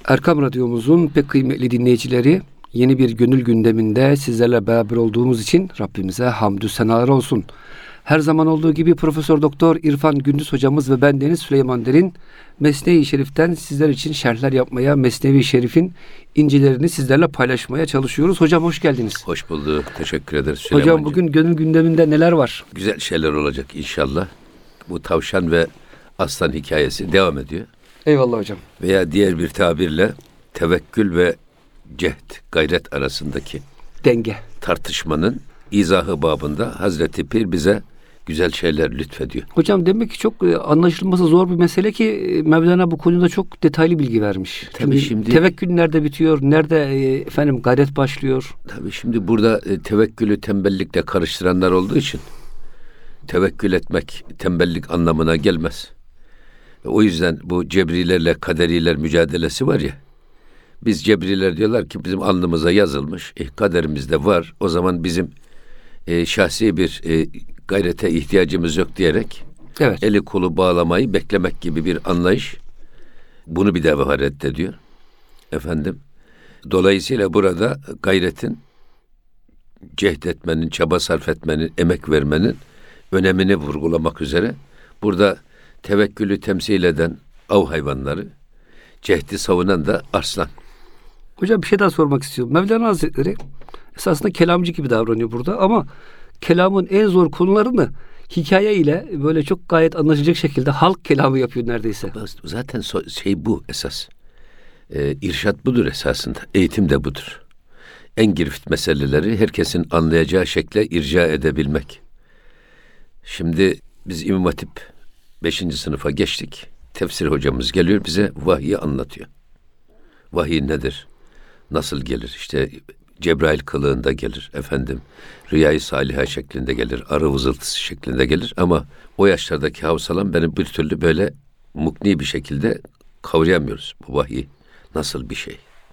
Erkam Radyomuzun pek kıymetli dinleyicileri, yeni bir gönül gündeminde sizlerle beraber olduğumuz için Rabbimize hamdü senalar olsun. Her zaman olduğu gibi Profesör Doktor İrfan Gündüz hocamız ve ben Deniz Süleyman Derin Mesnevi Şerif'ten sizler için şerhler yapmaya, Mesnevi Şerif'in incilerini sizlerle paylaşmaya çalışıyoruz. Hocam hoş geldiniz. Hoş bulduk. Teşekkür ederiz Süleyman'cığım. Hocam bugün gönül gündeminde neler var? Güzel şeyler olacak inşallah. Bu tavşan ve aslan hikayesi devam ediyor. Eyvallah hocam. Veya diğer bir tabirle tevekkül ve cehd, gayret arasındaki Denge. tartışmanın izahı babında Hazreti Pir bize güzel şeyler lütfediyor. Hocam demek ki çok anlaşılması zor bir mesele ki Mevlana bu konuda çok detaylı bilgi vermiş. Tabii şimdi tevekkül nerede bitiyor, nerede gayret başlıyor? Tabii şimdi burada tevekkülü tembellikle karıştıranlar olduğu için tevekkül etmek tembellik anlamına gelmez. O yüzden bu cebrilerle kaderiler mücadelesi var ya. Biz cebriler diyorlar ki bizim alnımıza yazılmış, kaderimizde var. O zaman bizim şahsi bir gayrete ihtiyacımız yok diyerek evet, eli kolu bağlamayı beklemek gibi bir anlayış bunu bir defa reddediyor. Dolayısıyla burada gayretin, cehdetmenin, çaba sarf etmenin, emek vermenin önemini vurgulamak üzere burada tevekkülü temsil eden av hayvanları, cehdi savunan da arslan. Hocam bir şey daha sormak istiyorum. Mevlana Hazretleri esasında kelamcı gibi davranıyor burada ama kelamın en zor konularını hikaye ile böyle çok gayet anlaşılacak şekilde halk kelamı yapıyor neredeyse. Zaten bu esas. İrşad budur esasında. Eğitim de budur. En girift meseleleri herkesin anlayacağı şekle irca edebilmek. Şimdi biz İmam Hatip 5. sınıfa geçtik. Tefsir hocamız geliyor bize vahyi anlatıyor. Vahiy nedir? Nasıl gelir? İşte Cebrail kılığında gelir. Rüya-i saliha şeklinde gelir. Arı vızıltısı şeklinde gelir. Ama o yaşlardaki havsalam benim bir türlü böyle mukni bir şekilde kavrayamıyoruz. Bu vahiy nasıl bir şey?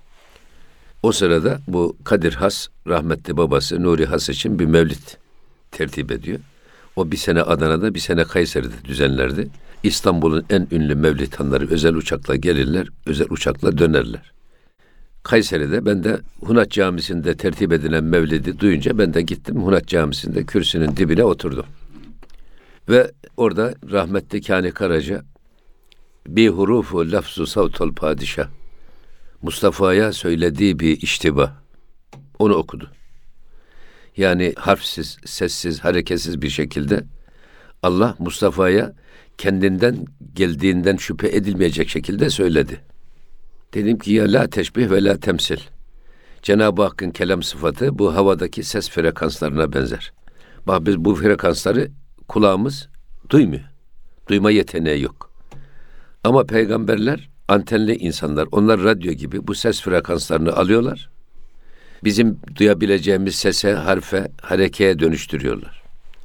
O sırada bu Kadir Has, rahmetli babası Nuri Has için bir mevlid tertip ediyor. O bir sene Adana'da, bir sene Kayseri'de düzenlerdi. İstanbul'un en ünlü mevlidhanları özel uçakla gelirler, özel uçakla dönerler. Kayseri'de ben de Hunat Camisi'nde tertip edilen mevlidi duyunca ben de gittim Hunat Camisi'nde kürsünün dibine oturdum. Ve orada rahmetli Kani Karaca bi hurufu lafzu savtol padişah Mustafa'ya söylediği bir iştiba onu okudu. Yani harfsiz, sessiz, hareketsiz bir şekilde Allah Mustafa'ya kendinden geldiğinden şüphe edilmeyecek şekilde söyledi. Dedim ki ya la teşbih ve la temsil. Cenab-ı Hakk'ın kelam sıfatı bu havadaki ses frekanslarına benzer. Bak biz bu frekansları kulağımız duymuyor. Duyma yeteneği yok. Ama peygamberler antenli insanlar. Onlar radyo gibi bu ses frekanslarını alıyorlar. Bizim duyabileceğimiz sese, harfe, harekeye dönüştürüyorlar.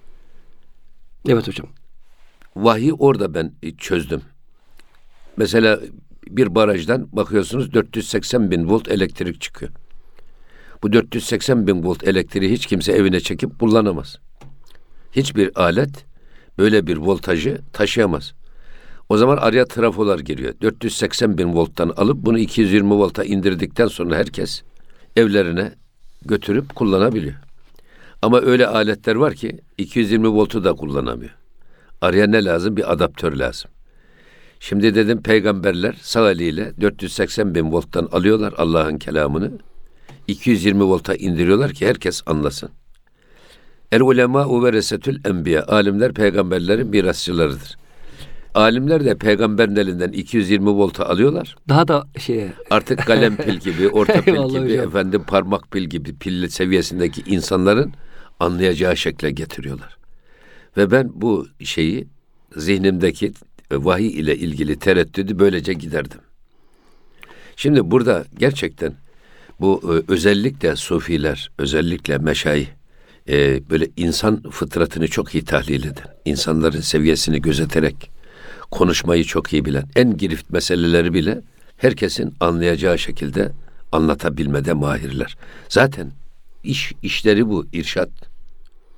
Evet hocam. Vahyi orada ben çözdüm. Mesela bir barajdan bakıyorsunuz 480 bin volt elektrik çıkıyor. Bu 480 bin volt elektriği hiç kimse evine çekip kullanamaz. Hiçbir alet böyle bir voltajı taşıyamaz. O zaman araya trafolar giriyor. 480 bin volttan alıp bunu 220 volta indirdikten sonra herkes evlerine götürüp kullanabiliyor. Ama öyle aletler var ki 220 voltu da kullanamıyor. Araya ne lazım? Bir adaptör lazım. Şimdi dedim peygamberler sağ eliyle 480 bin volttan alıyorlar Allah'ın kelamını. 220 volta indiriyorlar ki herkes anlasın. El ulemâ'u veresetül enbiya. Alimler peygamberlerin mirasçılarıdır. Alimler de peygamberin elinden 220 volta alıyorlar. Daha da artık kalem pil gibi, orta pil gibi, hocam, parmak pil gibi pil seviyesindeki insanların anlayacağı şekle getiriyorlar. Ve ben bu şeyi zihnimdeki vahiy ile ilgili tereddüdü böylece giderdim. Şimdi burada gerçekten bu özellikle sufiler, özellikle meşayih böyle insan fıtratını çok iyi tahlil eden, insanların seviyesini gözeterek konuşmayı çok iyi bilen, en girift meseleleri bile herkesin anlayacağı şekilde anlatabilmede mahirler. Zaten işleri bu, irşad.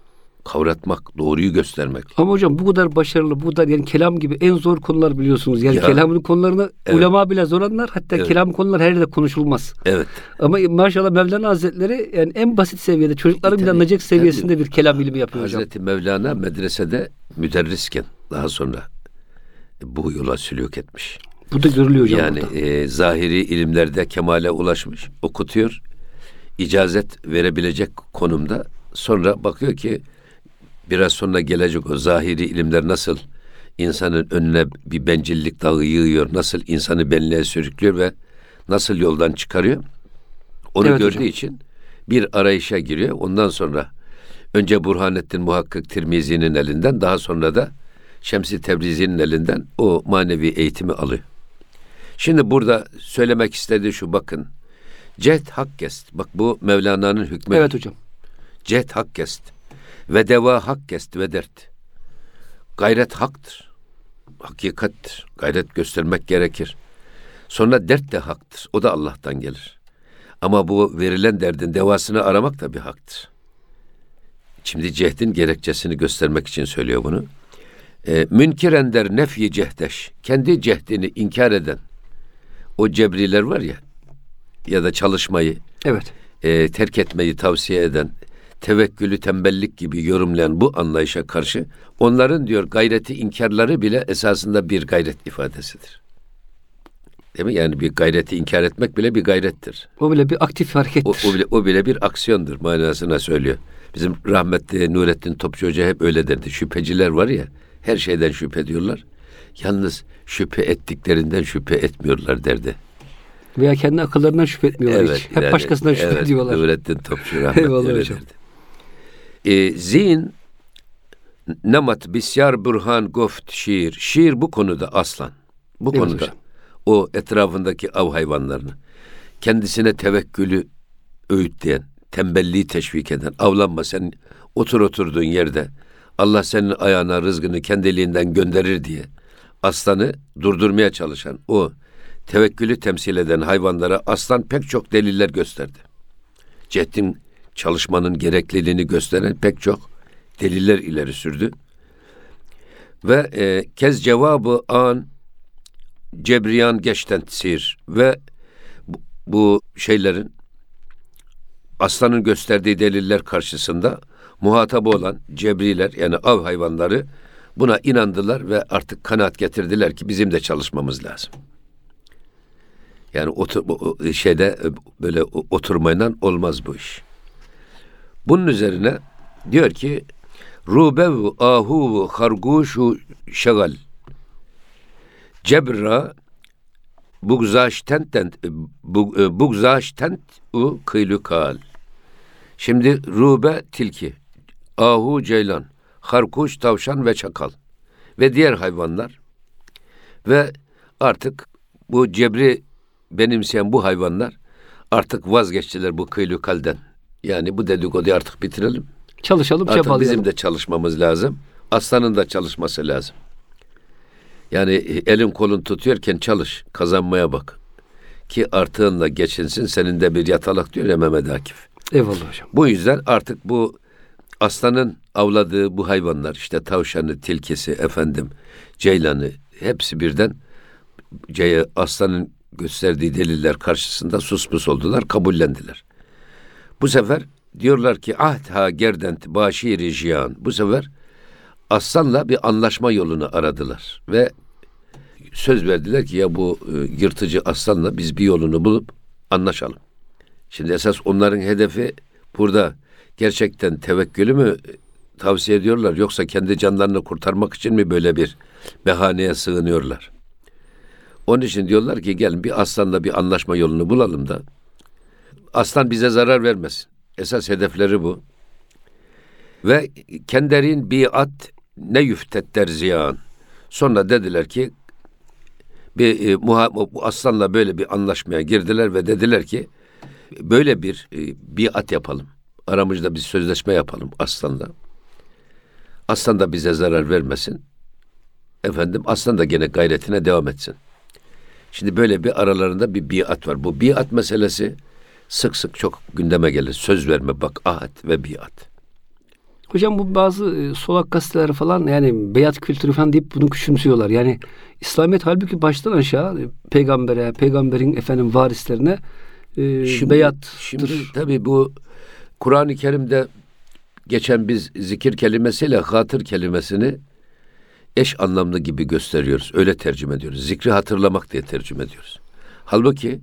kavratmak, doğruyu göstermek. Ama hocam bu kadar başarılı, bu kadar yani kelam gibi en zor konular biliyorsunuz. Yani Ya, kelamın konularını evet. ulema bile zor anlar. Hatta Evet. kelam konular her yerde konuşulmaz. Evet. Ama maşallah Mevlana Hazretleri yani en basit seviyede çocukların bile Tabii, anlayacak seviyesinde tabii. bir kelam ilmi yapıyor hocam. Hazreti Mevlana medresede müderrisken daha sonra bu yola sülûk etmiş. Bu da görülüyor hocam Yani burada. zahiri ilimlerde kemale ulaşmış, okutuyor, icazet verebilecek konumda. Sonra bakıyor ki biraz sonra gelecek o zahiri ilimler nasıl insanın önüne bir bencillik dağı yığıyor, nasıl insanı benliğe sürüklüyor ve nasıl yoldan çıkarıyor. Onu Evet gördüğü hocam. için bir arayışa giriyor. Ondan sonra önce Burhanettin Muhakkik Tirmizi'nin elinden, daha sonra da Şems-i Tebrizi'nin elinden o manevi eğitimi alıyor. Şimdi burada söylemek istediği şu, bakın. Cehd hak kest. Bak bu Mevlana'nın hükmü. Evet hocam. Cehd hak kest. Ve deva hak kest ve dert. Gayret haktır. Hakikattir. Gayret göstermek gerekir. Sonra dert de haktır. O da Allah'tan gelir. Ama bu verilen derdin devasını aramak da bir haktır. Şimdi cehdin gerekçesini göstermek için söylüyor bunu. Münkir ender nefyi cehdeş. Kendi cehdini inkar eden o cebriler var ya, ya da çalışmayı, Evet. terk etmeyi tavsiye eden, tevekkülü tembellik gibi yorumlayan bu anlayışa karşı onların diyor gayreti inkarları bile esasında bir gayret ifadesidir. Değil mi? Yani bir gayreti inkar etmek bile bir gayrettir. O bile bir aktif harekettir. O bile bir aksiyondur manasına söylüyor. Bizim rahmetli Nurettin Topçu Hoca hep öyle derdi. Şüpheciler var ya, her şeyden şüphe ediyorlar. Yalnız şüphe ettiklerinden şüphe etmiyorlar derdi. Veya kendi akıllarından şüphe etmiyorlar Evet, hiç. Hep yani, başkasından şüphe evet, ediyorlar. Nurettin Topçu rahmetli Eyvallah öyle hocam. derdi. Zihin nemat bisyar burhan goft şiir. Şiir bu konuda aslan. Bu Evet konuda hocam. o etrafındaki av hayvanlarını kendisine tevekkülü öğütleyen, tembelliği teşvik eden, avlanma sen oturduğun yerde Allah senin ayağına rızkını kendiliğinden gönderir diye aslanı durdurmaya çalışan, o tevekkülü temsil eden hayvanlara aslan pek çok deliller gösterdi. Cehdin, çalışmanın gerekliliğini gösteren pek çok deliller ileri sürdü. Ve kez cevabı an cebriyan geçten sir ve bu şeylerin, aslanın gösterdiği deliller karşısında muhatap olan cebriler, yani av hayvanları buna inandılar ve artık kanaat getirdiler ki bizim de çalışmamız lazım. Yani böyle oturmayla olmaz bu iş. Bunun üzerine diyor ki rubev ahu harguşu şegal cebra bugzaştent u kıylukal. Şimdi rube tilki, ahu ceylan, harkuş tavşan ve çakal ve diğer hayvanlar ve artık bu cebri benimseyen bu hayvanlar artık vazgeçtiler bu kıylukalden. Yani bu dedikoduyu artık bitirelim. Çalışalım, Artık çabalayalım. bizim de çalışmamız lazım. Aslanın da çalışması lazım. Yani elin kolun tutuyorken çalış, kazanmaya bak. Ki artığınla geçinsin, senin de bir yatalak diyor ya Mehmet Akif. Eyvallah hocam. Bu yüzden artık bu aslanın avladığı bu hayvanlar, işte tavşanı, tilkisi, ceylanı, hepsi birden aslanın gösterdiği deliller karşısında suspus oldular, kabullendiler. Bu sefer diyorlar ki ahdha gerdent başiri jiyan. Bu sefer aslanla bir anlaşma yolunu aradılar ve söz verdiler ki ya bu yırtıcı aslanla biz bir yolunu bulup anlaşalım. Şimdi esas onların hedefi burada gerçekten tevekkülü mü tavsiye ediyorlar, yoksa kendi canlarını kurtarmak için mi böyle bir behaneye sığınıyorlar? Onun için diyorlar ki gelin bir aslanla bir anlaşma yolunu bulalım da aslan bize zarar vermesin. Esas hedefleri bu. Ve kenderin biat ne yüftetler ziyan. Sonra dediler ki bu aslanla böyle bir anlaşmaya girdiler ve dediler ki böyle bir biat yapalım. Aramızda bir sözleşme yapalım aslanla. Aslan da bize zarar vermesin. Aslan da gene gayretine devam etsin. Şimdi böyle bir aralarında bir biat var. Bu biat meselesi sık sık çok gündeme gelir. Söz verme, bak, ahd ve biat. Hocam bu bazı solak gazeteler falan yani beyat kültürü falan deyip bunu küçümsüyorlar. Yani İslamiyet halbuki baştan aşağı peygambere, peygamberin varislerine beyattır. Şimdi tabii bu Kur'an-ı Kerim'de geçen biz zikir kelimesiyle hatır kelimesini eş anlamlı gibi gösteriyoruz. Öyle tercüme ediyoruz. Zikri hatırlamak diye tercüme ediyoruz. Halbuki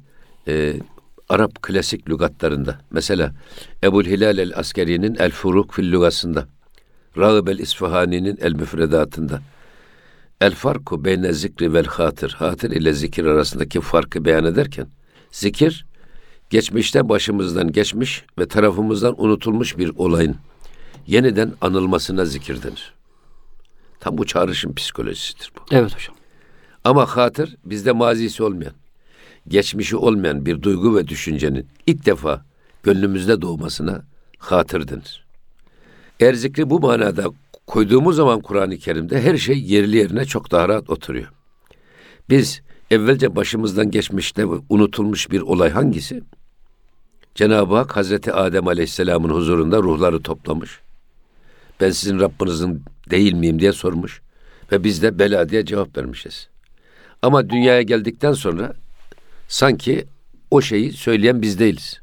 Arap klasik lügatlarında mesela Ebu'l-Hilal el-Askeri'nin El-Furuk fil lügasında, Rağib el-İsfahani'nin El-Müfredatında El-Farku beyne zikri vel hatır, hatır ile zikir arasındaki farkı beyan ederken zikir geçmişte başımızdan geçmiş ve tarafımızdan unutulmuş bir olayın yeniden anılmasına zikir denir. Tam bu çağrışım psikolojisidir bu. Evet hocam. Ama hatır bizde mazisi olmayan, geçmişi olmayan bir duygu ve düşüncenin ilk defa gönlümüzde doğmasına hatır denir. Eğer zikri bu manada koyduğumuz zaman Kur'an-ı Kerim'de her şey yerli yerine çok daha rahat oturuyor. Biz evvelce başımızdan geçmişte unutulmuş bir olay hangisi? Cenab-ı Hak Hazreti Adem Aleyhisselam'ın huzurunda ruhları toplamış. Ben sizin Rabbinizin değil miyim diye sormuş. Ve biz de bela diye cevap vermişiz. Ama dünyaya geldikten sonra sanki o şeyi söyleyen biz değiliz.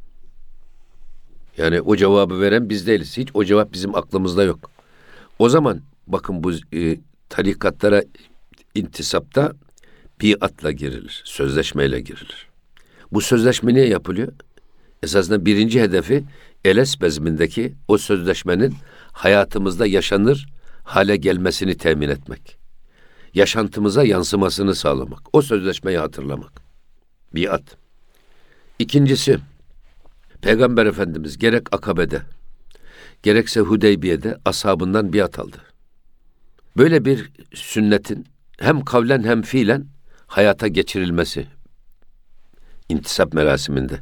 Yani o cevabı veren biz değiliz. Hiç o cevap bizim aklımızda yok. O zaman bakın bu tarikatlara intisapta biatla girilir. Sözleşmeyle girilir. Bu sözleşme niye yapılıyor? Esasında birinci hedefi Eles bezmindeki o sözleşmenin hayatımızda yaşanır hale gelmesini temin etmek. Yaşantımıza yansımasını sağlamak. O sözleşmeyi hatırlamak. Biat. İkincisi, Peygamber Efendimiz gerek Akabe'de, gerekse Hudeybiye'de ashabından biat aldı. Böyle bir sünnetin hem kavlen hem fiilen hayata geçirilmesi intisap merasiminde.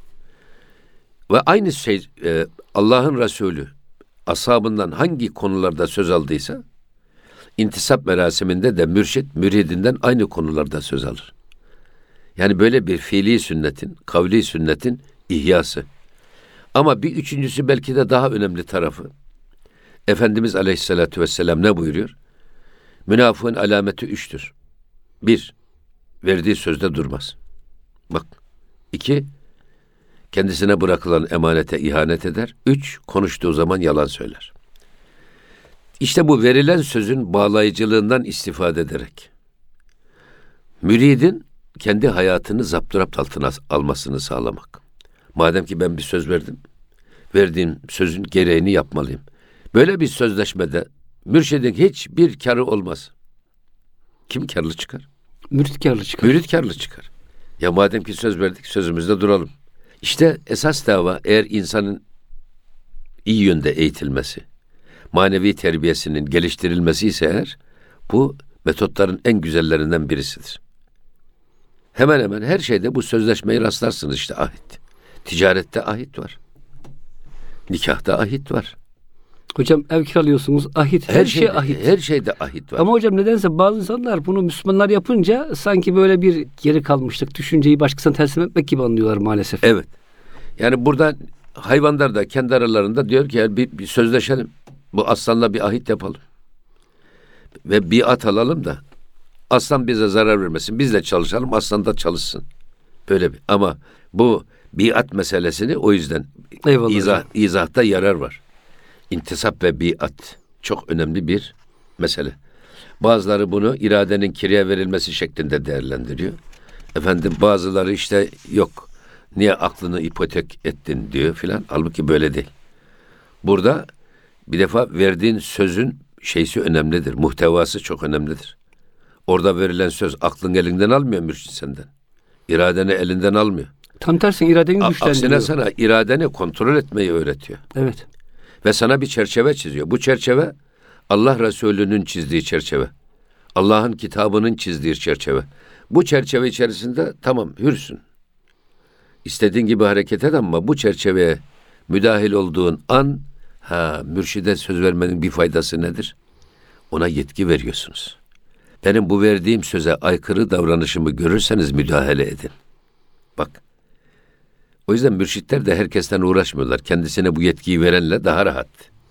Ve aynı şey Allah'ın Resulü ashabından hangi konularda söz aldıysa intisap merasiminde de mürşit müridinden aynı konularda söz alır. Yani böyle bir fiili sünnetin, kavli sünnetin ihyası. Ama bir üçüncüsü belki de daha önemli tarafı. Efendimiz Aleyhisselatü Vesselam ne buyuruyor? Münafığın alameti 3'tür. 1. Verdiği sözde durmaz. Bak. 2. Kendisine bırakılan emanete ihanet eder. 3. Konuştuğu zaman yalan söyler. İşte bu verilen sözün bağlayıcılığından istifade ederek müridin kendi hayatını zapturapt altına almasını sağlamak. Madem ki ben bir söz verdim, verdiğim sözün gereğini yapmalıyım. Böyle bir sözleşmede mürşidin hiçbir karı olmaz. Kim karlı çıkar? Mürit karlı çıkar. Mürit karlı çıkar. Ya madem ki söz verdik, sözümüzde duralım. İşte esas dava eğer insanın iyi yönde eğitilmesi, manevi terbiyesinin geliştirilmesi ise eğer, bu metotların en güzellerinden birisidir. Hemen hemen her şeyde bu sözleşmeyi rastlarsınız işte ahit. Ticarette ahit var. Nikahta ahit var. Hocam ev kiralıyorsunuz ahit. Her şey ahit. Her şeyde ahit var. Ama hocam nedense bazı insanlar bunu Müslümanlar yapınca sanki böyle bir geri kalmışlık, düşünceyi başkasına teslim etmek gibi anlıyorlar maalesef. Evet. Yani burada hayvanlar da kendi aralarında diyor ki yani bir sözleşelim. Bu aslanla bir ahit yapalım. Ve biat alalım da aslan bize zarar vermesin. Biz de çalışalım, aslan da çalışsın. Böyle bir. Ama bu biat meselesini o yüzden izahta yarar var. İntisap ve biat çok önemli bir mesele. Bazıları bunu iradenin kiraya verilmesi şeklinde değerlendiriyor. Bazıları işte yok niye aklını ipotek ettin diyor filan. Halbuki böyle değil. Burada bir defa verdiğin sözün şeysi önemlidir. Muhtevası çok önemlidir. Orada verilen söz aklın elinden almıyor mürşit senden. İradeni elinden almıyor. Tam tersine iradeni güçlendiriyor. Aksine sana iradeni kontrol etmeyi öğretiyor. Evet. Ve sana bir çerçeve çiziyor. Bu çerçeve Allah Resulü'nün çizdiği çerçeve. Allah'ın kitabının çizdiği çerçeve. Bu çerçeve içerisinde tamam hürsün. İstediğin gibi hareket et ama bu çerçeveye müdahil olduğun an mürşide söz vermenin bir faydası nedir? Ona yetki veriyorsunuz. Benim bu verdiğim söze aykırı davranışımı görürseniz müdahale edin. Bak. O yüzden mürşitler de herkesten uğraşmıyorlar. Kendisine bu yetkiyi verenle daha rahat.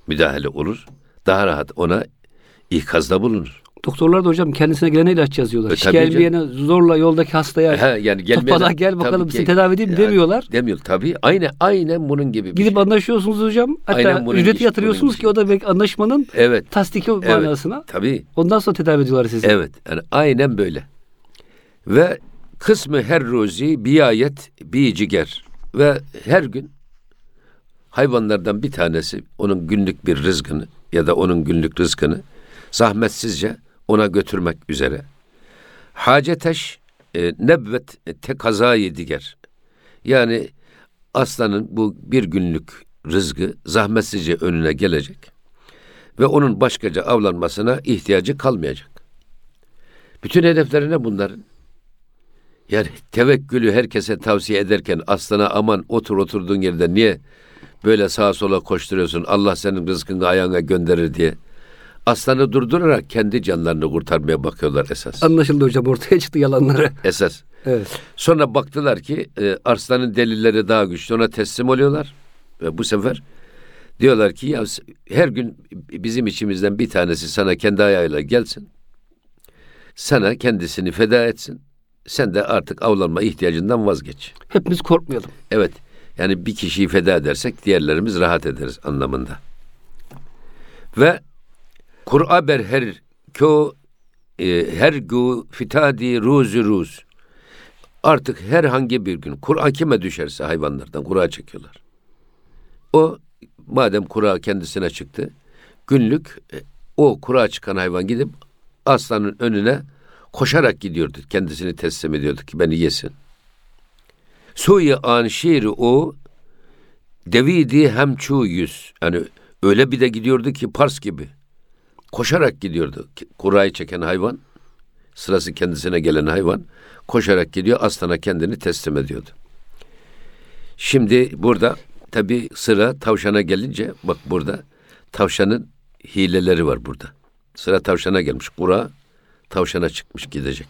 müdahale olur. Daha rahat ona ikazda bulunur. Doktorlar da hocam kendisine gelene ilaç yazıyorlar. Hiç Tabii gelmeyene zorla yoldaki hastaya yani topada gel bakalım sizi tedavi edeyim demiyorlar. Demiyor tabii. Aynen bunun gibi bir Gidip şey. anlaşıyorsunuz hocam. Hatta ücreti yatırıyorsunuz ki o da belki anlaşmanın tasdiki manasına. Tabii. Ondan sonra tedavi ediyorlar sizi. Evet. Yani aynen böyle. Ve kısmı her ruzi biyayet bi ciger. Ve her gün hayvanlardan bir tanesi onun günlük bir rızkını ya da onun günlük rızkını zahmetsizce ona götürmek üzere. Haceteş nebvet tekazayı diger. Yani aslanın bu bir günlük rızkı zahmetsizce önüne gelecek ve onun başkaca avlanmasına ihtiyacı kalmayacak. Bütün hedeflerine bunların. Yani tevekkülü herkese tavsiye ederken aslana aman oturduğun yerde niye böyle sağa sola koşturuyorsun, Allah senin rızkını ayağına gönderir diye. Aslanı durdurarak kendi canlarını kurtarmaya bakıyorlar esas. Anlaşıldı hocam, ortaya çıktı yalanları. Esas. Evet. Sonra baktılar ki arslanın delilleri daha güçlü, ona teslim oluyorlar. Ve bu sefer diyorlar ki ya her gün bizim içimizden bir tanesi sana kendi ayağıyla gelsin. Sana kendisini feda etsin. Sen de artık avlanma ihtiyacından vazgeç. Hepimiz korkmayalım. Evet. Yani bir kişiyi feda edersek diğerlerimiz rahat ederiz anlamında. Ve Kur'a ber her gu fitadi ruz. Artık herhangi bir gün Kur'a kime düşerse hayvanlardan Kur'a çekiyorlar. O madem Kur'a kendisine çıktı, günlük o Kur'a çıkan hayvan gidip aslanın önüne koşarak gidiyordu. Kendisini teslim ediyordu ki beni yesin. Suyu an şiiri o devidi hemçu yüz. Yani öyle bir de gidiyordu ki Pars gibi. Koşarak gidiyordu. Kura'yı çeken hayvan, sırası kendisine gelen hayvan koşarak gidiyor, aslana kendini teslim ediyordu. Şimdi burada tabii sıra tavşana gelince, bak burada tavşanın hileleri var burada. Sıra tavşana gelmiş. Kura tavşana çıkmış gidecek.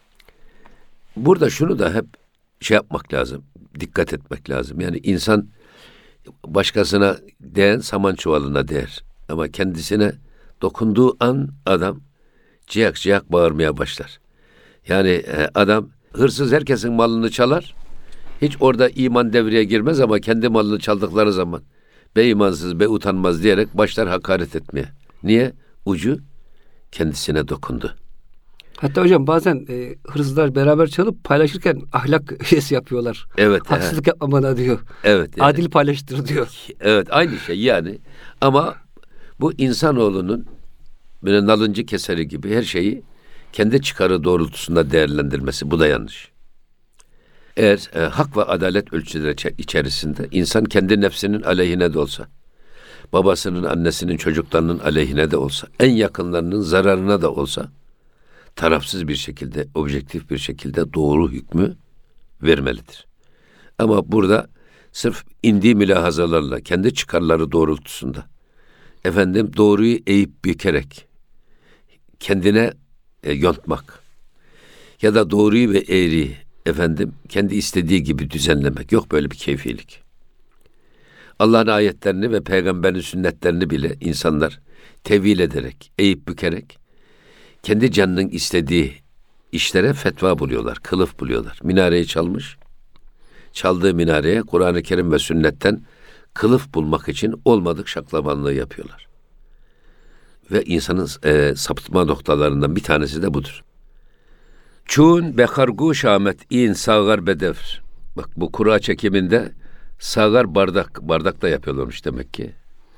Burada şunu da hep yapmak lazım. Dikkat etmek lazım. Yani insan başkasına değen saman çuvalına değer. Ama kendisine dokunduğu an adam ciyak ciyak bağırmaya başlar. Yani adam hırsız herkesin malını çalar. Hiç orada iman devreye girmez ama kendi malını çaldıkları zaman be imansız be utanmaz diyerek başlar hakaret etmeye. Niye? Ucu kendisine dokundu. Hatta hocam bazen hırsızlar beraber çalıp paylaşırken ahlak hiyesi yapıyorlar. Evet. Haksızlık yapma bana diyor. Evet. Yani. Adil paylaştır diyor. Evet, aynı şey yani. Ama bu insanoğlunun böyle nalıncı keseri gibi her şeyi kendi çıkarı doğrultusunda değerlendirmesi, bu da yanlış. Eğer hak ve adalet ölçüleri içerisinde insan kendi nefsinin aleyhine de olsa, babasının, annesinin, çocuklarının aleyhine de olsa, en yakınlarının zararına da olsa, tarafsız bir şekilde, objektif bir şekilde doğru hükmü vermelidir. Ama burada sırf indiği mülahazalarla, kendi çıkarları doğrultusunda, doğruyu eğip bükerek, kendine yontmak ya da doğruyu ve eğriyi kendi istediği gibi düzenlemek, yok böyle bir keyfilik. Allah'ın ayetlerini ve peygamberin sünnetlerini bile insanlar tevil ederek, eğip bükerek kendi canının istediği işlere fetva buluyorlar, kılıf buluyorlar. Minareyi çalmış, çaldığı minareye Kur'an-ı Kerim ve sünnetten kılıf bulmak için olmadık şaklabanlığı yapıyorlar. Ve insanın sapıtma noktalarından bir tanesi de budur. Çun bekargu şamet in sağar bedevr. Bak bu Kur'a çekiminde sağar bardak da yapıyorlarmış demek ki.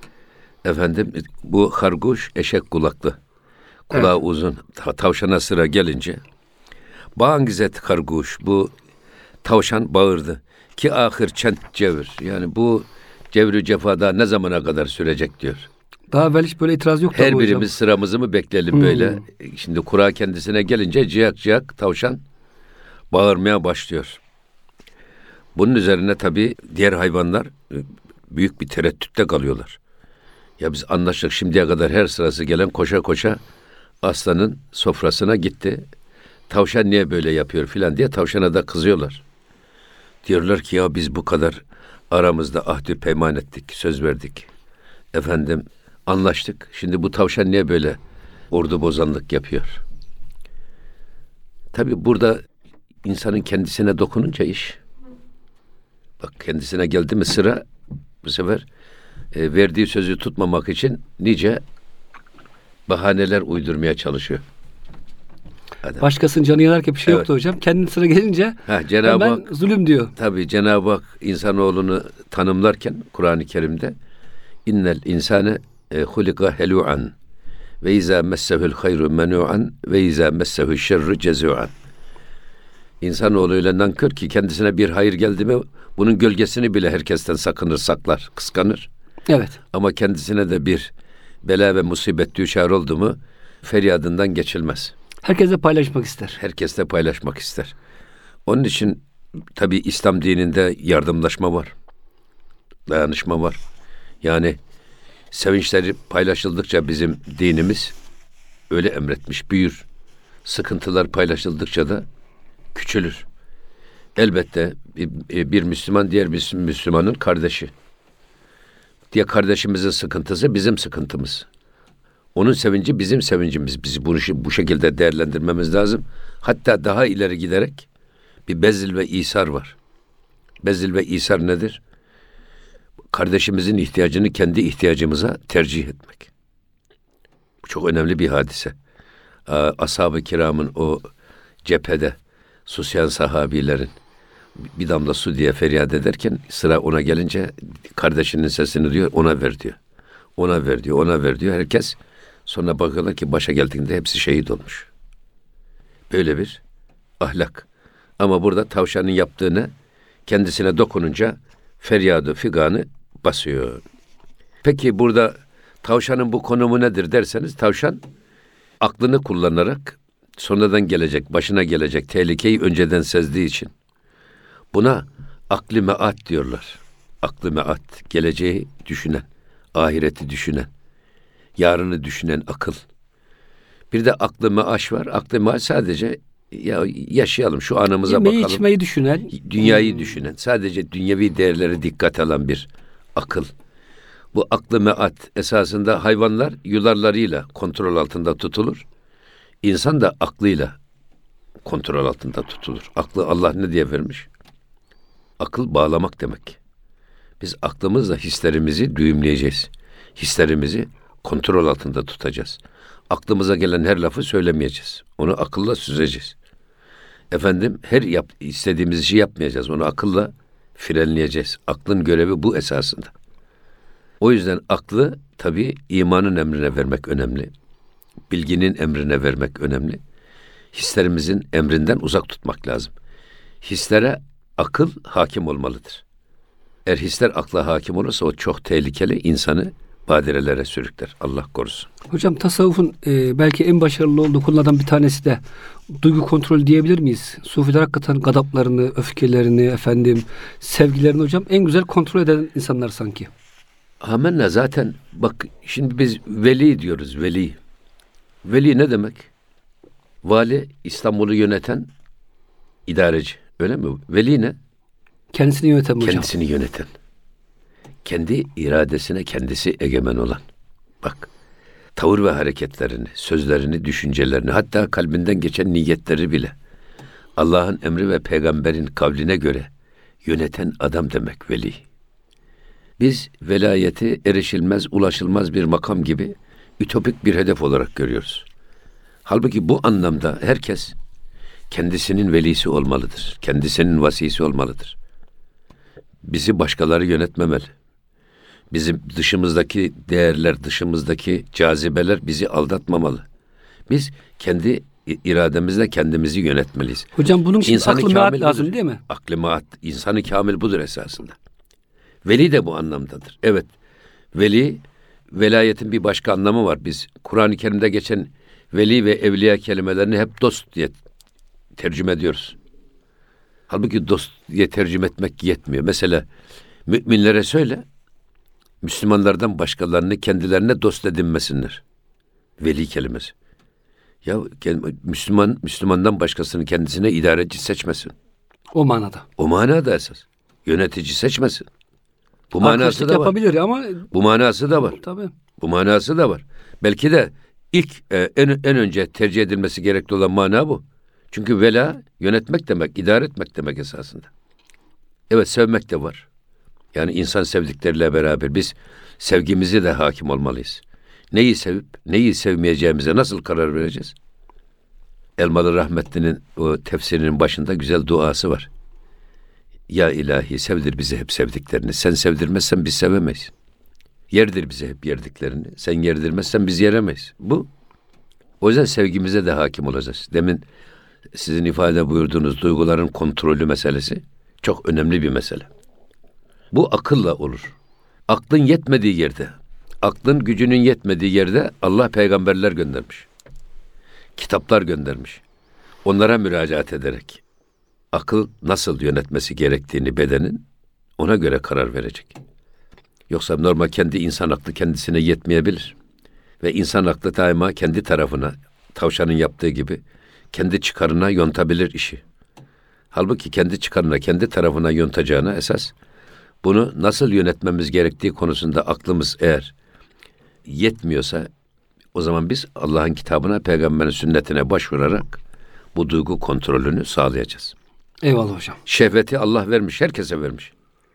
Bu harguş eşek kulaklı. Kulağı uzun. Tavşana sıra gelince bağangizet harguş, bu tavşan bağırdı ki ahir çent cevir. Yani bu cevri cefada ne zamana kadar sürecek diyor. Daha evvel hiç böyle itiraz yok. Her birimiz sıramızı mı bekleyelim böyle. Şimdi Kur'a kendisine gelince ciyak ciyak tavşan bağırmaya başlıyor. Bunun üzerine tabii diğer hayvanlar büyük bir tereddütte kalıyorlar. Ya biz anlaştık, şimdiye kadar her sırası gelen koşa koşa aslanın sofrasına gitti. Tavşan niye böyle yapıyor filan diye tavşana da kızıyorlar. Diyorlar ki ya biz bu kadar aramızda ahdü peyman ettik, söz verdik. Anlaştık. Şimdi bu tavşan niye böyle ordu bozanlık yapıyor? Tabii burada insanın kendisine dokununca iş. Bak kendisine geldi mi sıra bu sefer verdiği sözü tutmamak için nice bahaneler uydurmaya çalışıyor. Adam. Başkasının canı yanarken bir şey yoktu hocam. Kendine sıra gelince Cenab-ı hemen Hak, zulüm diyor. tabii Cenab-ı Hak insanoğlunu tanımlarken Kur'an-ı Kerim'de innel insane hulika helu'an ve izâ messehu'l hayru menu'an ve izâ messehu'ş şerru cezu'an. İnsanoğlu öyle nankör ki kendisine bir hayır geldi mi bunun gölgesini bile herkesten sakınır, saklar, kıskanır. Evet. Ama kendisine de bir bela ve musibet düşer oldu mu feryadından geçilmez. Herkese paylaşmak ister. Herkesle paylaşmak ister. Onun için tabii İslam dininde yardımlaşma var. Dayanışma var. Yani sevinçleri paylaşıldıkça bizim dinimiz öyle emretmiş, büyür. Sıkıntılar paylaşıldıkça da küçülür. Elbette bir Müslüman diğer bir Müslümanın kardeşi. Diye kardeşimizin sıkıntısı bizim sıkıntımız. Onun sevinci bizim sevincimiz. Biz bunu bu şekilde değerlendirmemiz lazım. Hatta daha ileri giderek bir bezil ve isar var. Bezil ve isar nedir? Kardeşimizin ihtiyacını kendi ihtiyacımıza tercih etmek. Bu çok önemli bir hadise. Ashab-ı kiramın o cephede susayan sahabilerin bir damla su diye feryat ederken sıra ona gelince kardeşinin sesini diyor ona ver diyor. Ona ver diyor, ona ver diyor. Herkes sonra bakıyorlar ki başa geldiğinde hepsi şehit olmuş. Böyle bir ahlak. Ama burada tavşanın yaptığını kendisine dokununca feryadı figanı basıyor. Peki burada tavşanın bu konumu nedir derseniz tavşan aklını kullanarak sonradan gelecek, başına gelecek tehlikeyi önceden sezdiği için buna aklı meat diyorlar. Aklı meat, geleceği düşünen, ahireti düşünen, yarını düşünen akıl. Bir de aklı meaş var. Aklı meaş sadece ya yaşayalım, şu anımıza Yemeği, bakalım. içmeyi düşünen. Dünyayı düşünen, sadece dünyevi değerleri dikkat alan bir akıl. Bu aklı meat esasında hayvanlar yularlarıyla kontrol altında tutulur. İnsan da aklıyla kontrol altında tutulur. Aklı Allah ne diye vermiş? Akıl bağlamak demek. Biz aklımızla hislerimizi düğümleyeceğiz. Hislerimizi kontrol altında tutacağız. Aklımıza gelen her lafı söylemeyeceğiz. Onu akılla süzeceğiz. Her istediğimiz işi yapmayacağız. Onu akılla frenleyeceğiz. Aklın görevi bu esasında. O yüzden aklı tabii imanın emrine vermek önemli. Bilginin emrine vermek önemli. Hislerimizin emrinden uzak tutmak lazım. Hislere akıl hakim olmalıdır. Eğer hisler akla hakim olursa o çok tehlikeli, insanı badirelere sürükler. Allah korusun. Hocam tasavvufun belki en başarılı olduğu konulardan bir tanesi de duygu kontrolü diyebilir miyiz? Sufiler hakikaten gadaplarını, öfkelerini, sevgilerini hocam en güzel kontrol eden insanlar sanki. Amenna zaten bak şimdi biz veli diyoruz, veli. Veli ne demek? Vali İstanbul'u yöneten idareci. Öyle mi? Veli ne? Kendisini yöneten hocam. Kendisini yöneten. Kendi iradesine kendisi egemen olan. Bak, tavır ve hareketlerini, sözlerini, düşüncelerini, hatta kalbinden geçen niyetleri bile Allah'ın emri ve peygamberin kavline göre yöneten adam demek veli. Biz velayeti erişilmez, ulaşılmaz bir makam gibi ütopik bir hedef olarak görüyoruz. Halbuki bu anlamda herkes kendisinin velisi olmalıdır. Kendisinin vasisi olmalıdır. Bizi başkaları yönetmemeli. Bizim dışımızdaki değerler, dışımızdaki cazibeler bizi aldatmamalı. Biz kendi irademizle kendimizi yönetmeliyiz. Hocam bunun için İnsanı aklı kamil meat lazım budur. değil mi? Aklı meat, insanı kamil budur esasında. Veli de bu anlamdadır. Evet, veli, velayetin bir başka anlamı var. Biz Kur'an-ı Kerim'de geçen veli ve evliya kelimelerini hep dost diye tercüme ediyoruz. Halbuki dost diye tercüme etmek yetmiyor. Mesela müminlere söyle, Müslümanlardan başkalarını kendilerine dost edinmesinler. Veli kelimesi. Ya Müslümandan başkasını kendisine idareci seçmesin. O manada. O manada esas. Yönetici seçmesin. Bu manası Arkadaşlık da var. yapabilir ama Bu manası da var. tabii. Bu manası da var. Belki de ilk en önce tercih edilmesi gerekli olan mana bu. Çünkü vela yönetmek demek, idare etmek demek esasında. Evet, sevmek de var. Yani insan sevdikleriyle beraber biz sevgimizi de hakim olmalıyız. Neyi sevip neyi sevmeyeceğimize nasıl karar vereceğiz? Elmalı Rahmetli'nin o tefsirinin başında güzel duası var. Ya ilahi sevdir bize hep sevdiklerini. Sen sevdirmezsen biz sevemeyiz. Yerdir bize hep yerdiklerini. Sen yerdirmezsen biz yeremeyiz. Bu. O yüzden sevgimize de hakim olacağız. Demin sizin ifade buyurduğunuz duyguların kontrolü meselesi çok önemli bir mesele. Bu akılla olur. Aklın yetmediği yerde, aklın gücünün yetmediği yerde Allah peygamberler göndermiş. Kitaplar göndermiş. Onlara müracaat ederek akıl nasıl yönetmesi gerektiğini bedenin ona göre karar verecek. Yoksa normal kendi insan aklı kendisine yetmeyebilir. Ve insan aklı daima kendi tarafına, tavşanın yaptığı gibi kendi çıkarına yontabilir işi. Halbuki kendi çıkarına, kendi tarafına yontacağına esas bunu nasıl yönetmemiz gerektiği konusunda aklımız eğer yetmiyorsa o zaman biz Allah'ın kitabına, peygamberin sünnetine başvurarak bu duygu kontrolünü sağlayacağız. Eyvallah hocam. Şehveti Allah vermiş, herkese vermiş.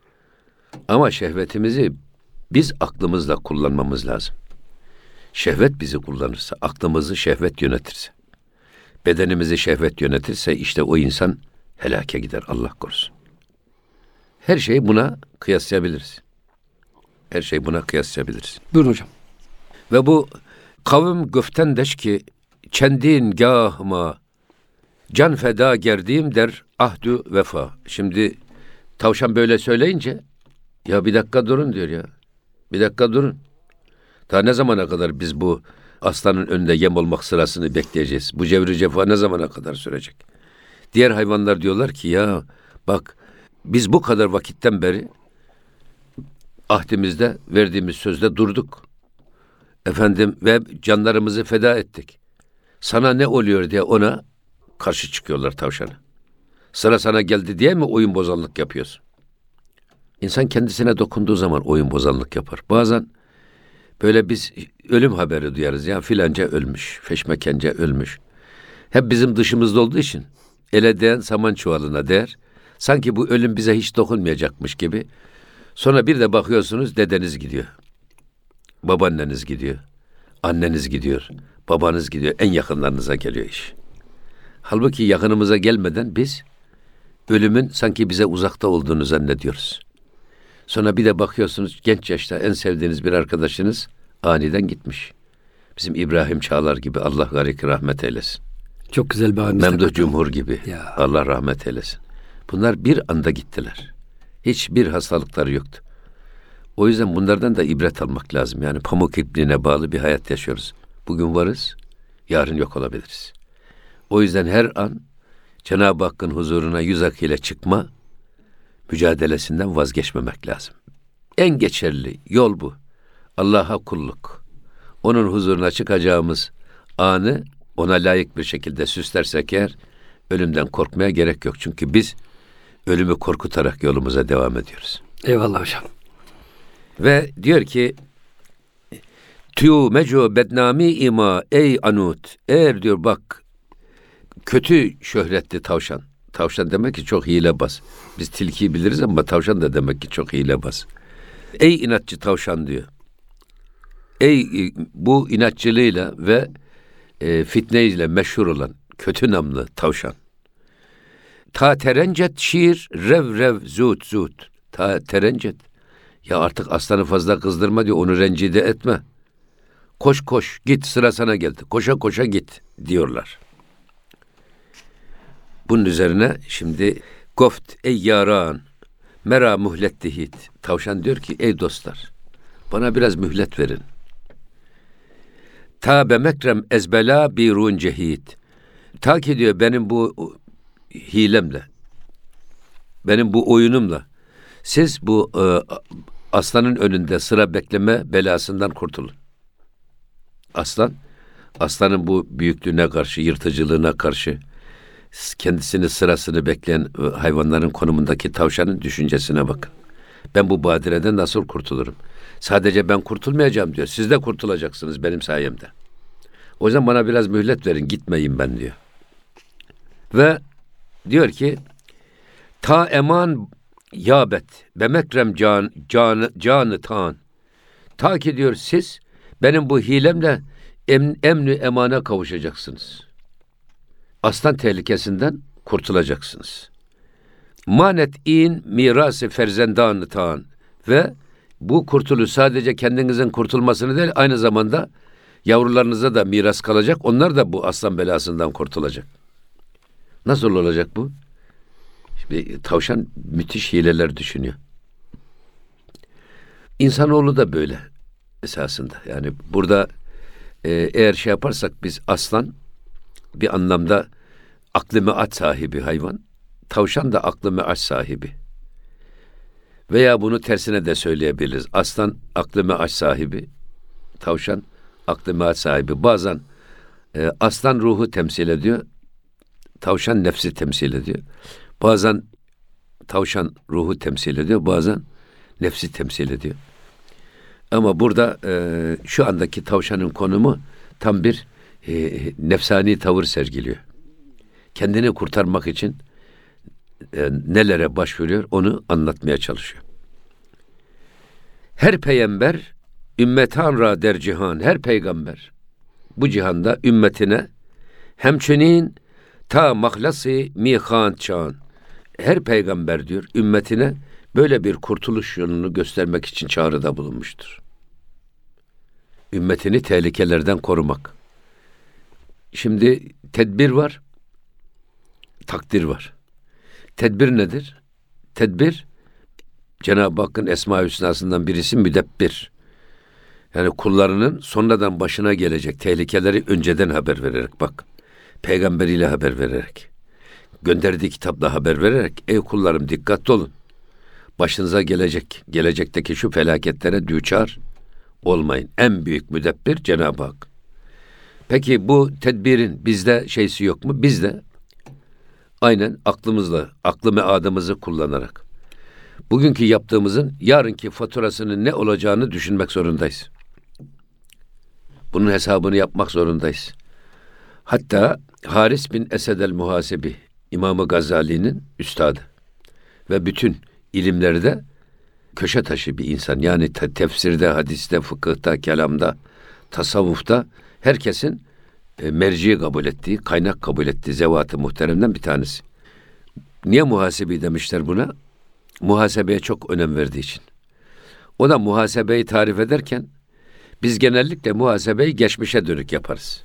Ama şehvetimizi biz aklımızla kullanmamız lazım. Şehvet bizi kullanırsa, aklımızı şehvet yönetirse, bedenimizi şehvet yönetirse işte o insan helake gider, Allah korusun. Her şeyi buna kıyaslayabiliriz. Her şeyi buna kıyaslayabiliriz. Buyurun hocam. Ve bu kavim göftendeş ki çendin gâhıma can feda gerdiğim der ahdü vefa. Şimdi tavşan böyle söyleyince ya bir dakika durun diyor ya. Bir dakika durun. Daha ne zamana kadar biz bu aslanın önünde yem olmak sırasını bekleyeceğiz? Bu cevri cefa ne zamana kadar sürecek? Diğer hayvanlar diyorlar ki ya bak biz bu kadar vakitten beri ahdimizde verdiğimiz sözde durduk. Efendim ve canlarımızı feda ettik. Sana ne oluyor diye ona karşı çıkıyorlar tavşana. Sıra sana geldi diye mi oyun bozanlık yapıyorsun? İnsan kendisine dokunduğu zaman oyun bozanlık yapar. Bazen böyle biz ölüm haberi duyarız. Ya filanca ölmüş, feşmekence ölmüş. Hep bizim dışımızda olduğu için ele değen saman çuvalına değer. Sanki bu ölüm bize hiç dokunmayacakmış gibi. Sonra bir de bakıyorsunuz dedeniz gidiyor. Babaanneniz gidiyor. Anneniz gidiyor. Babanız gidiyor. En yakınlarınıza geliyor iş. Halbuki yakınımıza gelmeden biz ölümün sanki bize uzakta olduğunu zannediyoruz. Sonra bir de bakıyorsunuz genç yaşta en sevdiğiniz bir arkadaşınız aniden gitmiş. Bizim İbrahim Çağlar gibi Allah garik rahmet eylesin. Çok güzel bir abimiz. Memduh Cumhur gibi ya. Allah rahmet eylesin. Bunlar bir anda gittiler. Hiçbir hastalıkları yoktu. O yüzden bunlardan da ibret almak lazım. Yani pamuk ipliğine bağlı bir hayat yaşıyoruz. Bugün varız, yarın yok olabiliriz. O yüzden her an Cenab-ı Hakk'ın huzuruna yüz akıyla çıkma mücadelesinden vazgeçmemek lazım. En geçerli yol bu. Allah'a kulluk. Onun huzuruna çıkacağımız anı ona layık bir şekilde süslersek eğer ölümden korkmaya gerek yok. Çünkü biz ölümü korkutarak yolumuza devam ediyoruz. Eyvallah hocam. Ve diyor ki tüyu meco bednami ima ey anut. Eğer diyor bak kötü şöhretli tavşan. Tavşan demek ki çok hilebaz. Biz tilkiyi biliriz ama tavşan da demek ki çok hilebaz. Ey inatçı tavşan diyor. Ey bu inatçılığıyla ve fitneyle meşhur olan kötü namlı tavşan. Ta terencet şiir rev rev zut zut. Ta terencet. Ya artık aslanı fazla kızdırma diyor. Onu rencide etme. Koş koş git sıra sana geldi. Koşa koşa git diyorlar. Bunun üzerine şimdi goft ey yaran mera muhlet dihit. Tavşan diyor ki ey dostlar bana biraz mühlet verin. Ta bemekrem ezbela birun cehit. Ta ki diyor benim bu hilemle, benim bu oyunumla siz bu aslanın önünde sıra bekleme belasından kurtulun. Aslanın bu büyüklüğüne karşı, yırtıcılığına karşı kendisini sırasını bekleyen hayvanların konumundaki tavşanın düşüncesine bakın. Ben bu badireden nasıl kurtulurum? Sadece ben kurtulmayacağım diyor. Siz de kurtulacaksınız benim sayemde. O yüzden bana biraz mühlet verin, gitmeyeyim ben diyor. Ve diyor ki ta eman yabet be mekrem canı tan. Ta ki diyor siz benim bu hilemle emni emana kavuşacaksınız. Aslan tehlikesinden kurtulacaksınız. Manet in mirası ferzendanı tan. Ve bu kurtuluş sadece kendinizin kurtulmasını değil, aynı zamanda yavrularınıza da miras kalacak. Onlar da bu aslan belasından kurtulacak. Nasıl olacak bu? Şimdi tavşan müthiş hileler düşünüyor. İnsanoğlu da böyle esasında. Yani burada eğer şey yaparsak biz aslan bir anlamda aklı me'at sahibi hayvan. Tavşan da aklı me'at sahibi. Veya bunu tersine de söyleyebiliriz. Aslan aklı me'at sahibi. Tavşan aklı me'at sahibi. Bazen aslan ruhu temsil ediyor. Tavşan nefsi temsil ediyor. Bazen tavşan ruhu temsil ediyor. Bazen nefsi temsil ediyor. Ama burada şu andaki tavşanın konumu tam bir nefsani tavır sergiliyor. Kendini kurtarmak için nelere başvuruyor onu anlatmaya çalışıyor. Her peygamber ümmetan ra der cihan. Her peygamber bu cihanda ümmetine hemçinin ta mahlası mihan çağın. Her peygamber diyor ümmetine böyle bir kurtuluş yolunu göstermek için çağrıda bulunmuştur. Ümmetini tehlikelerden korumak. Şimdi tedbir var, takdir var. Tedbir nedir? Tedbir, Cenab-ı Hakk'ın Esma-i Hüsna'sından birisi müdebbir. Yani kullarının sonradan başına gelecek tehlikeleri önceden haber vererek, bak, peygamberiyle haber vererek, gönderdiği kitapla haber vererek, ey kullarım dikkatli olun. Başınıza gelecekteki şu felaketlere düçar olmayın. En büyük müdebbir Cenab-ı Hak. Peki bu tedbirin bizde şeysi yok mu? Biz de aynen aklımızla, aklı meadımızı kullanarak bugünkü yaptığımızın yarınki faturasının ne olacağını düşünmek zorundayız. Bunun hesabını yapmak zorundayız. Hatta Haris bin Esed el-Muhasebi, İmam-ı Gazali'nin üstadı ve bütün ilimlerde köşe taşı bir insan. Yani tefsirde, hadiste, fıkıhta, kelamda, tasavvufta herkesin merci kabul ettiği, kaynak kabul ettiği zevat-ı muhteremden bir tanesi. Niye muhasebi demişler buna? Muhasebeye çok önem verdiği için. O da muhasebeyi tarif ederken biz genellikle muhasebeyi geçmişe dönük yaparız.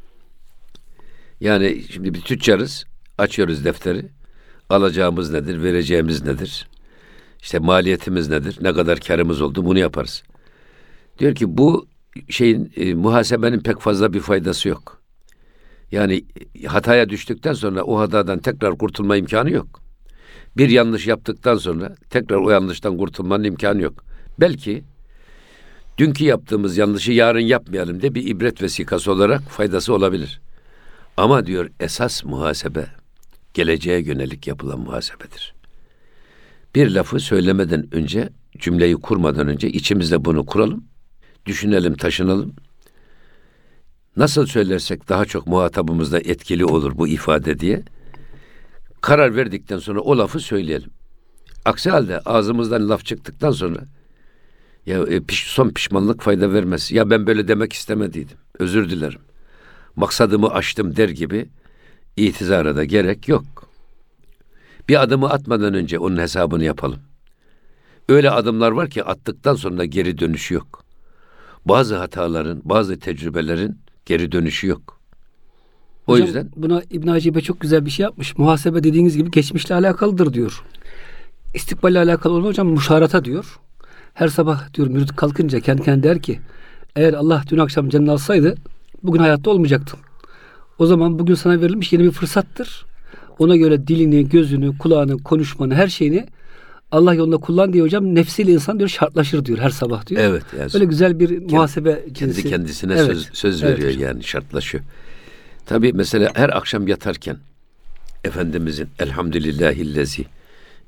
Yani şimdi bir tüccarız, açıyoruz defteri. Alacağımız nedir, vereceğimiz nedir? İşte maliyetimiz nedir, ne kadar karımız oldu bunu yaparız. Diyor ki bu şeyin muhasebenin pek fazla bir faydası yok. Yani hataya düştükten sonra o hatadan tekrar kurtulma imkanı yok. Bir yanlış yaptıktan sonra tekrar o yanlıştan kurtulmanın imkanı yok. Belki dünkü yaptığımız yanlışı yarın yapmayalım diye bir ibret vesikası olarak faydası olabilir. Ama diyor esas muhasebe geleceğe yönelik yapılan muhasebedir. Bir lafı söylemeden önce, cümleyi kurmadan önce içimizde bunu kuralım, düşünelim, taşınalım. Nasıl söylersek daha çok muhatabımızda etkili olur bu ifade diye karar verdikten sonra o lafı söyleyelim. Aksi halde ağzımızdan laf çıktıktan sonra ya son pişmanlık fayda vermez. Ya ben böyle demek istemediydim. Özür dilerim. Maksadımı aştım der gibi itizara da gerek yok. Bir adımı atmadan önce onun hesabını yapalım. Öyle adımlar var ki attıktan sonra geri dönüşü yok. Bazı hataların, bazı tecrübelerin geri dönüşü yok. O Hocam, yüzden buna İbn Hacibe çok güzel bir şey yapmış. Muhasebe dediğiniz gibi geçmişle alakalıdır diyor. İstikballe alakalı olan hocam muşarata diyor. Her sabah diyor mürit kalkınca kendi kendine der ki eğer Allah dün akşam canını alsaydı bugün hayatta olmayacaktın. O zaman bugün sana verilmiş yeni bir fırsattır. Ona göre dilini, gözünü, kulağını, konuşmanı, her şeyini Allah yolunda kullan diye hocam nefsiyle insan diyor şartlaşır diyor her sabah diyor. evet. Yani böyle güzel bir muhasebe kendi kendisine evet. söz Evet. veriyor yani şartlaşıyor. Tabii mesela her akşam yatarken Efendimizin elhamdülillahillezi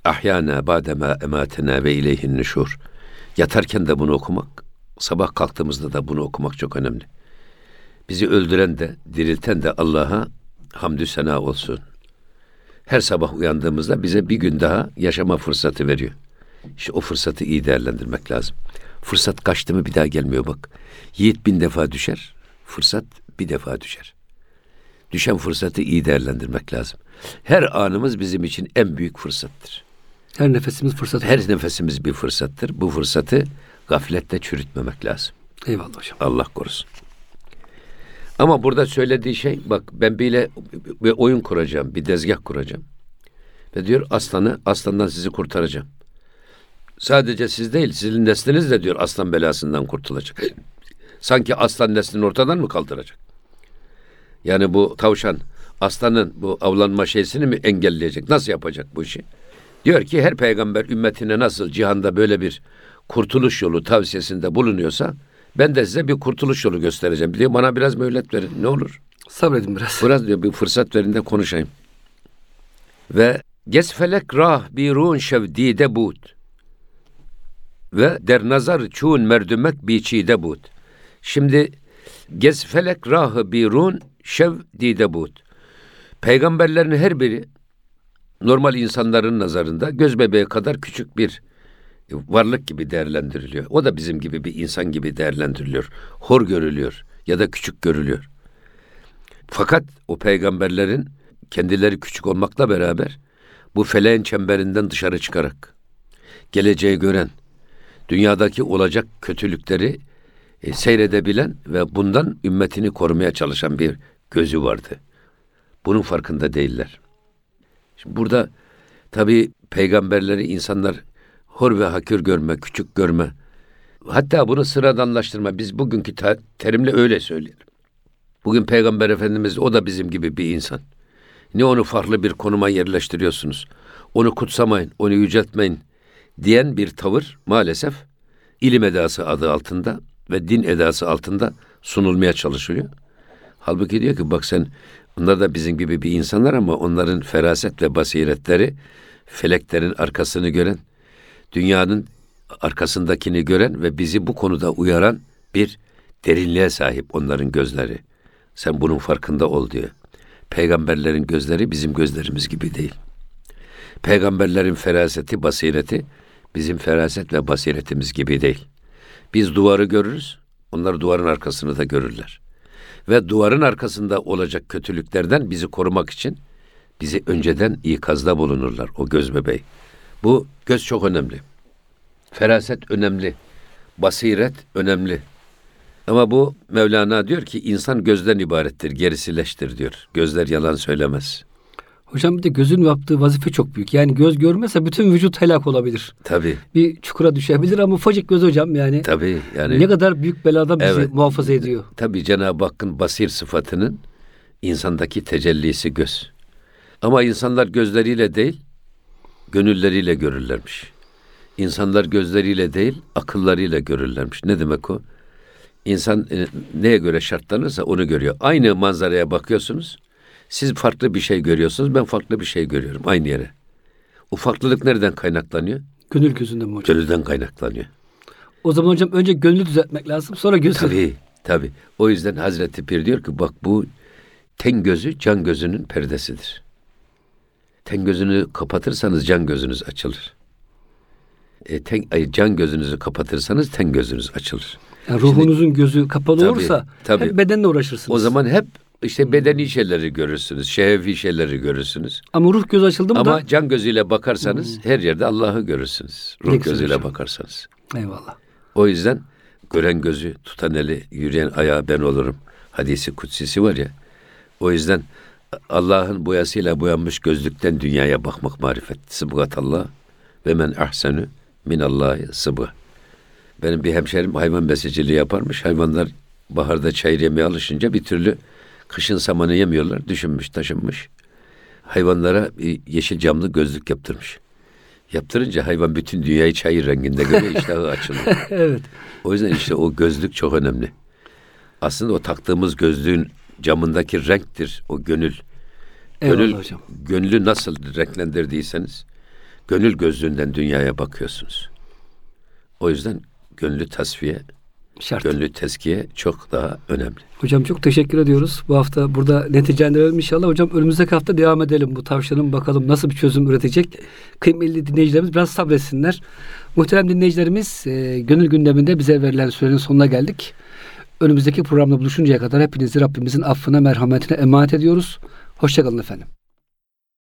Ahyana ba'dema ematena ve ileyhin nüşur. Yatarken de bunu okumak, sabah kalktığımızda da bunu okumak çok önemli. Bizi öldüren de, dirilten de Allah'a hamdü sena olsun. Her sabah uyandığımızda bize bir gün daha yaşama fırsatı veriyor. İşte o fırsatı iyi değerlendirmek lazım. Fırsat kaçtı mı bir daha gelmiyor bak. Yiğit 1000 defa düşer, fırsat bir defa düşer. Düşen fırsatı iyi değerlendirmek lazım. Her anımız bizim için en büyük fırsattır. Her nefesimiz fırsat. Her nefesimiz bir fırsattır. Bu fırsatı gafletle çürütmemek lazım. Eyvallah hocam. Allah korusun. Ama burada söylediği şey, bak ben bir oyun kuracağım, bir dezgah kuracağım. Ve diyor aslandan sizi kurtaracağım. Sadece siz değil, sizin nesliniz de diyor aslan belasından kurtulacak. Sanki aslan neslini ortadan mı kaldıracak? Yani bu tavşan aslanın bu avlanma şeysini mi engelleyecek? Nasıl yapacak bu işi? Diyor ki her peygamber ümmetine nasıl cihanda böyle bir kurtuluş yolu tavsiyesinde bulunuyorsa ben de size bir kurtuluş yolu göstereceğim. Diyor bana biraz mühlet verin ne olur. Sabredin biraz. Biraz diyor bir fırsat verin de konuşayım. Ve gesfelek rah birun şevdide bud. Ve der nazar çun merdümek biçide bud. Şimdi gesfelek rahı birun şevdide bud. Peygamberlerin her biri normal insanların nazarında göz bebeği kadar küçük bir varlık gibi değerlendiriliyor. O da bizim gibi bir insan gibi değerlendiriliyor. Hor görülüyor ya da küçük görülüyor. Fakat o peygamberlerin kendileri küçük olmakla beraber bu feleğin çemberinden dışarı çıkarak geleceği gören, dünyadaki olacak kötülükleri seyredebilen ve bundan ümmetini korumaya çalışan bir gözü vardı. Bunun farkında değiller. Şimdi burada tabii peygamberleri insanlar hor ve hakir görme, küçük görme, hatta bunu sıradanlaştırma. Biz bugünkü terimle öyle söyleyelim. Bugün Peygamber Efendimiz o da bizim gibi bir insan. Ne onu farklı bir konuma yerleştiriyorsunuz, onu kutsamayın, onu yüceltmeyin diyen bir tavır maalesef ilim edası adı altında ve din edası altında sunulmaya çalışılıyor. Halbuki diyor ki bak sen, onlar da bizim gibi bir insanlar ama onların feraset ve basiretleri feleklerin arkasını gören, dünyanın arkasındakini gören ve bizi bu konuda uyaran bir derinliğe sahip onların gözleri. Sen bunun farkında ol diyor. Peygamberlerin gözleri bizim gözlerimiz gibi değil. Peygamberlerin feraseti, basireti bizim feraset ve basiretimiz gibi değil. Biz duvarı görürüz, onlar duvarın arkasını da görürler. Ve duvarın arkasında olacak kötülüklerden bizi korumak için bizi önceden ikazda bulunurlar o göz bebeği. Bu göz çok önemli. Feraset önemli. Basiret önemli. Ama bu Mevlana diyor ki insan gözden ibarettir, gerisi leştir diyor. Gözler yalan söylemez. Hocam bir de gözün yaptığı vazife çok büyük. Yani göz görmezse bütün vücut helak olabilir. Tabii. Bir çukura düşebilir ama ufacık göz hocam yani. Tabii yani. Ne kadar büyük beladan bizi Evet. muhafaza ediyor. Tabii Cenab-ı Hakk'ın basir sıfatının insandaki tecellisi göz. Ama insanlar gözleriyle değil, gönülleriyle görürlermiş. İnsanlar gözleriyle değil, akıllarıyla görürlermiş. Ne demek o? İnsan neye göre şartlanırsa onu görüyor. Aynı manzaraya bakıyorsunuz. Siz farklı bir şey görüyorsunuz, ben farklı bir şey görüyorum aynı yere. O farklılık nereden kaynaklanıyor? Gönül gözünden mi hocam? Gönülden kaynaklanıyor. O zaman hocam önce gönlü düzeltmek lazım, sonra gözü. Tabii. O yüzden Hazreti Pir diyor ki bak bu ten gözü can gözünün perdesidir. Ten gözünü kapatırsanız can gözünüz açılır. Can gözünüzü kapatırsanız ten gözünüz açılır. Yani ruhunuzun gözü kapalı olursa hep bedenle uğraşırsınız. O zaman hep işte bedeni şeyleri görürsünüz, şehevi şeyleri görürsünüz. Ama ruh gözü açıldı mı Ama can gözüyle bakarsanız her yerde Allah'ı görürsünüz. Ruh gözüyle hocam. bakarsanız. Eyvallah. O yüzden gören gözü, tutan eli, yürüyen ayağı ben olurum. Hadisi kutsisi var ya. O yüzden Allah'ın boyasıyla boyanmış gözlükten dünyaya bakmak marifet. Sıbgatallah ve men ahsenu minallahi sıbgı. Benim bir hemşerim hayvan besiciliği yaparmış. Hayvanlar baharda çayır yemeye alışınca bir türlü kışın samanı yemiyorlar. Düşünmüş, taşınmış. Hayvanlara yeşil camlı gözlük yaptırmış. Yaptırınca hayvan bütün dünyayı çayır renginde görüyor, iştahı açılıyor. Evet. O yüzden işte o gözlük çok önemli. Aslında o taktığımız gözlüğün camındaki renktir o gönül. Eyvallah hocam. Gönlü nasıl renklendirdiyseniz, Gönül gözlüğünden dünyaya bakıyorsunuz. O yüzden gönlü tasfiye, Şart. gönlü tezkiye çok daha önemli. Hocam çok teşekkür ediyoruz. Bu hafta burada neticelendirelim inşallah. Hocam önümüzdeki hafta devam edelim. Bu tavşanın bakalım nasıl bir çözüm üretecek. Kıymetli dinleyicilerimiz biraz sabretsinler. Muhterem dinleyicilerimiz, gönül gündeminde bize verilen sürenin sonuna geldik. Önümüzdeki programda buluşuncaya kadar hepinizi Rabbimizin affına, merhametine emanet ediyoruz. Hoşça kalın efendim.